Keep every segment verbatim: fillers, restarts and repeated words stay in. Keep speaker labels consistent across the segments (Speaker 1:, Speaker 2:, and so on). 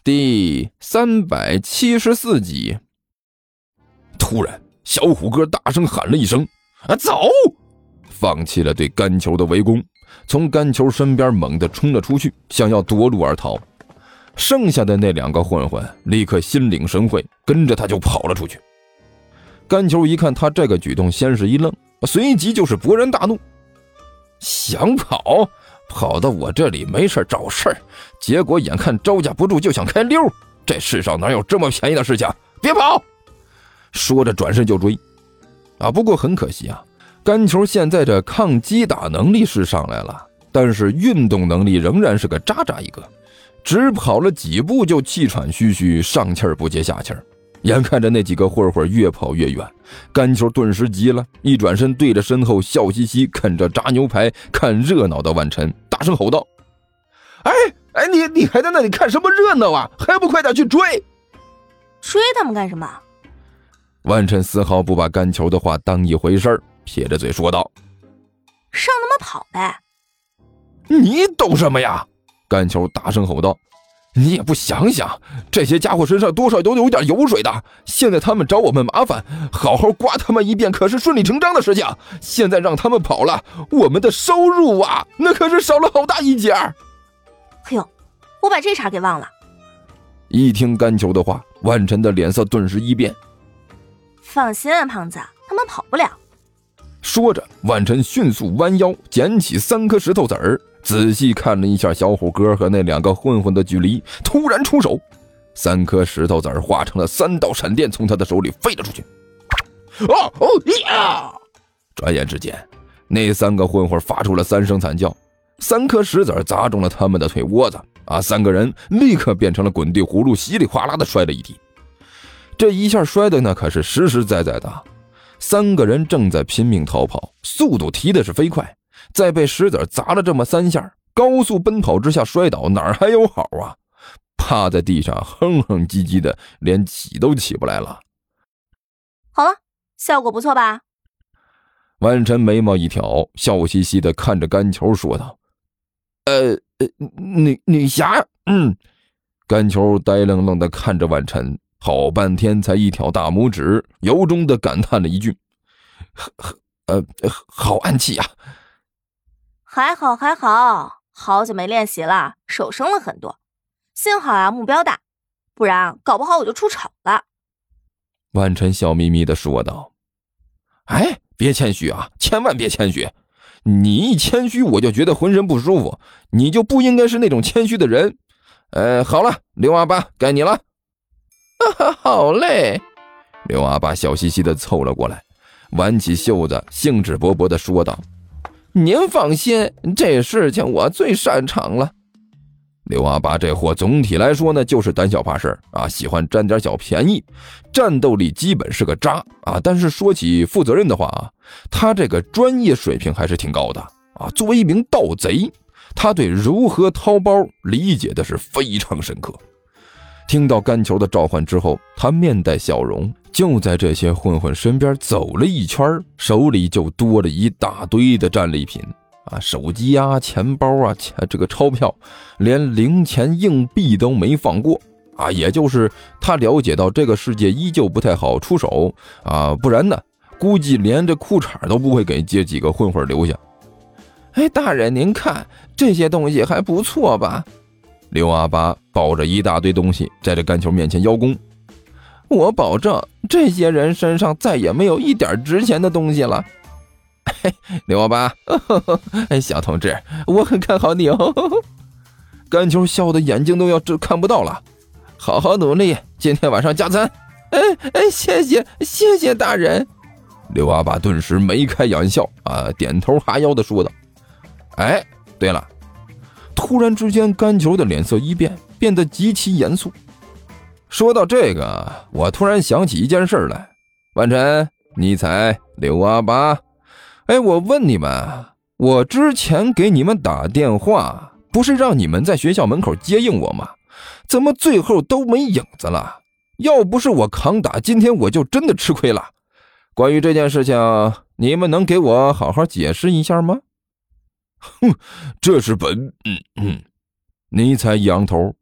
Speaker 1: 第三百七十四集。突然，小虎哥大声喊了一声：“啊，走！”放弃了对干球的围攻，从干球身边猛地冲了出去，想要夺路而逃。剩下的那两个混混立刻心领神会，跟着他就跑了出去。干球一看他这个举动，先是一愣，随即就是勃然大怒：“想跑？跑到我这里没事找事儿，结果眼看招架不住就想开溜，这世上哪有这么便宜的事情？别跑！”说着转身就追。啊，不过很可惜啊，干球现在这抗击打能力是上来了，但是运动能力仍然是个渣渣一个，只跑了几步就气喘吁吁，上气儿不接下气儿。眼看着那几个混混越跑越远，干球顿时急了，一转身对着身后笑嘻嘻啃着炸牛排看热闹的万晨大声吼道：“哎哎，你你还在那里看什么热闹啊？还不快点去追！”
Speaker 2: 追他们干什么？
Speaker 1: 万晨丝毫不把干球的话当一回事儿，撇着嘴说道：“
Speaker 2: 上他们跑呗！”“
Speaker 1: 你懂什么呀？”干球大声吼道：“你也不想想，这些家伙身上多少都有点油水的，现在他们找我们麻烦，好好刮他们一遍可是顺理成章的事情，现在让他们跑了，我们的收入啊，那可是少了好大一截。”“
Speaker 2: 哎呦，我把这茬给忘了。”
Speaker 1: 一听干球的话，万晨的脸色顿时一变。“
Speaker 2: 放心啊，胖子，他们跑不了。”
Speaker 1: 说着，万晨迅速弯腰捡起三颗石头子儿，仔细看了一下小虎哥和那两个混混的距离，突然出手，三颗石头子儿化成了三道闪电，从他的手里飞了出去。哦哦呀！转眼之间，那三个混混发出了三声惨叫，三颗石子儿砸中了他们的腿窝子啊！三个人立刻变成了滚地葫芦，稀里哗啦的摔了一地。这一下摔的那可是实实在在的。三个人正在拼命逃跑，速度提的是飞快，再被石子砸了这么三下，高速奔跑之下摔倒，哪儿还有好啊？趴在地上哼哼唧唧的，连起都起不来了。
Speaker 2: 好了，效果不错吧？
Speaker 1: 万晨眉毛一挑，笑嘻嘻的看着干球说道：“呃呃，女女侠。”嗯。干球呆愣愣的看着万晨，好半天才一挑大拇指，由衷的感叹了一句：“呃，好暗器啊！”“
Speaker 2: 还好还好，好久没练习了，手生了很多。幸好啊，目标大，不然搞不好我就出丑了。”
Speaker 1: 万晨笑眯眯的说道。“哎，别谦虚啊，千万别谦虚！你一谦虚，我就觉得浑身不舒服，你就不应该是那种谦虚的人。呃，好了，刘阿八，该你了。”“好嘞！”刘阿八笑嘻嘻地凑了过来，挽起袖子，兴致勃勃地说道：“您放心，这事情我最擅长了。”刘阿八这货总体来说呢，就是胆小怕事啊，喜欢占点小便宜，战斗力基本是个渣啊。但是说起负责任的话啊，他这个专业水平还是挺高的啊。作为一名盗贼，他对如何掏包理解的是非常深刻。听到干球的召唤之后，他面带笑容，就在这些混混身边走了一圈，手里就多了一大堆的战利品啊，手机啊，钱包啊，这个钞票，连零钱硬币都没放过啊。也就是他了解到这个世界依旧不太好出手啊，不然呢，估计连这裤衩都不会给这几个混混留下。“哎，大人您看，这些东西还不错吧？”刘阿八抱着一大堆东西在这干球面前邀功：“我保证这些人身上再也没有一点值钱的东西了。”“嘿，刘阿八，呵呵，小同志，我很看好你哦。”干球笑的眼睛都要看不到了。“好好努力，今天晚上加餐。”“哎哎，谢谢谢谢大人。”刘阿八顿时眉开眼笑啊，点头哈腰的说道：“哎，对了。”突然之间，干球的脸色一变，变得极其严肃。“说到这个，我突然想起一件事来。万晨，尼采，刘阿八，哎，我问你们，我之前给你们打电话，不是让你们在学校门口接应我吗？怎么最后都没影子了？要不是我扛打，今天我就真的吃亏了。关于这件事情，你们能给我好好解释一下吗？”“哼，这是本……嗯嗯。”尼采仰头，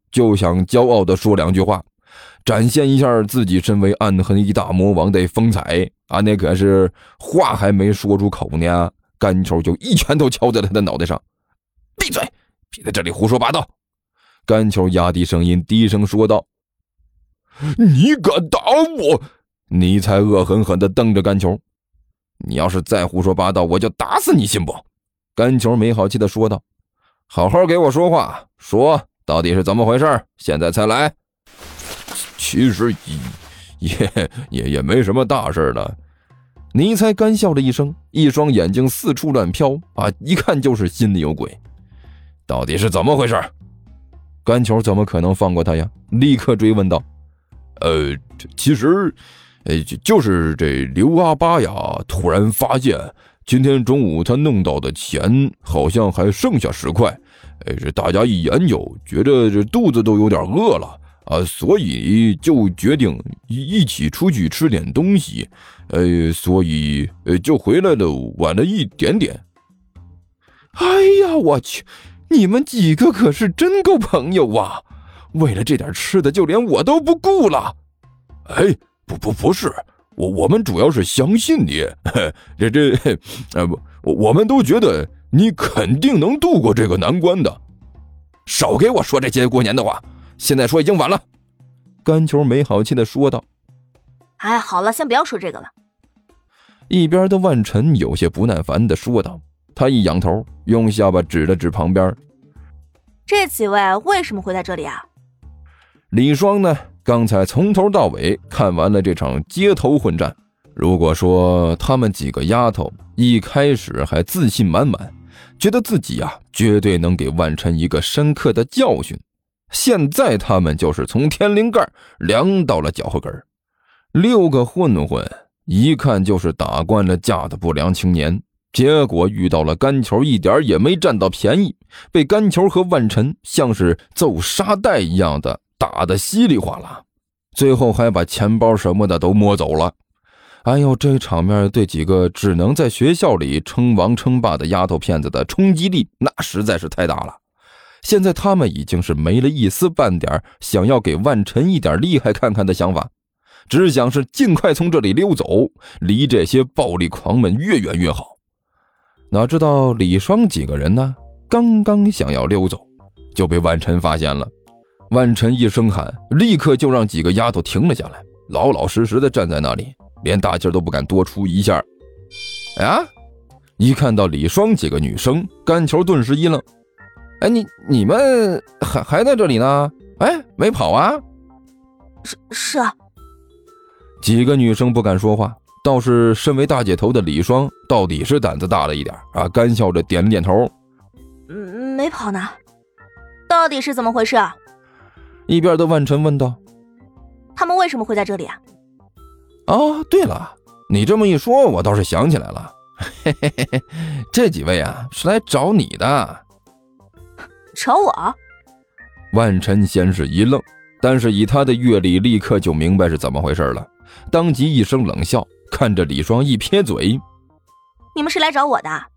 Speaker 1: 就想骄傲地说两句话，展现一下自己身为暗黑大魔王的风采啊！那可是话还没说出口呢，甘球就一拳头敲在了他的脑袋上。闭嘴，别在这里胡说八道！甘球压低声音低声说道。你敢打我？尼才恶狠狠地瞪着甘球。你要是再胡说八道，我就打死你，信不？甘球没好气地说道。好好给我说话，说到底是怎么回事？现在才来。其实也也也没什么大事了。尼才干笑了一声，一双眼睛四处乱飘啊，一看就是心里有鬼。到底是怎么回事？甘球怎么可能放过他呀？立刻追问道。呃，其实，呃，就是这刘阿八呀，突然发现今天中午他弄到的钱好像还剩下十块，呃，这大家一研究，觉得这肚子都有点饿了啊，所以就决定一一起出去吃点东西，呃，所以呃就回来了，晚了一点点。哎呀，我去！你们几个可是真够朋友啊！为了这点吃的，就连我都不顾了。哎，不不不是，我我们主要是相信你，这这，呃不，我们都觉得你肯定能度过这个难关的。少给我说这些过年的话，现在说已经晚了。甘球没好气地说道。
Speaker 2: 哎，好了，先不要说这个了。
Speaker 1: 一边的万晨有些不耐烦地说道。他一仰头，用下巴指了指旁边。
Speaker 2: 这几位为什么会在这里啊？
Speaker 1: 李双呢，刚才从头到尾看完了这场街头混战。如果说他们几个丫头一开始还自信满满，觉得自己啊绝对能给万晨一个深刻的教训，现在他们就是从天灵盖凉到了脚后跟。六个混混一看就是打惯了架的不良青年，结果遇到了甘球，一点也没占到便宜，被甘球和万晨像是揍沙袋一样的打得稀里哗啦，最后还把钱包什么的都摸走了。哎呦，这场面对几个只能在学校里称王称霸的丫头片子的冲击力那实在是太大了。现在他们已经是没了一丝半点想要给万晨一点厉害看看的想法，只想是尽快从这里溜走，离这些暴力狂们越远越好。哪知道李双几个人呢，刚刚想要溜走，就被万晨发现了。万晨一声喊，立刻就让几个丫头停了下来，老老实实的站在那里，连大劲都不敢多出一下。啊！一看到李双几个女生，甘球顿时一愣。哎，你你们还还在这里呢？哎，没跑啊？
Speaker 2: 是是啊。
Speaker 1: 几个女生不敢说话，倒是身为大姐头的李双到底是胆子大了一点啊，干笑着点了点头。
Speaker 2: 嗯，没跑呢。到底是怎么回事啊？
Speaker 1: 一边的万晨问道。
Speaker 2: 他们为什么会在这里啊？
Speaker 1: 哦，对了，你这么一说，我倒是想起来了。嘿嘿嘿嘿，这几位啊是来找你的。
Speaker 2: 找我？
Speaker 1: 万晨先是一愣，但是以他的阅历立刻就明白是怎么回事了，当即一声冷笑，看着李双一撇嘴。
Speaker 2: 你们是来找我的？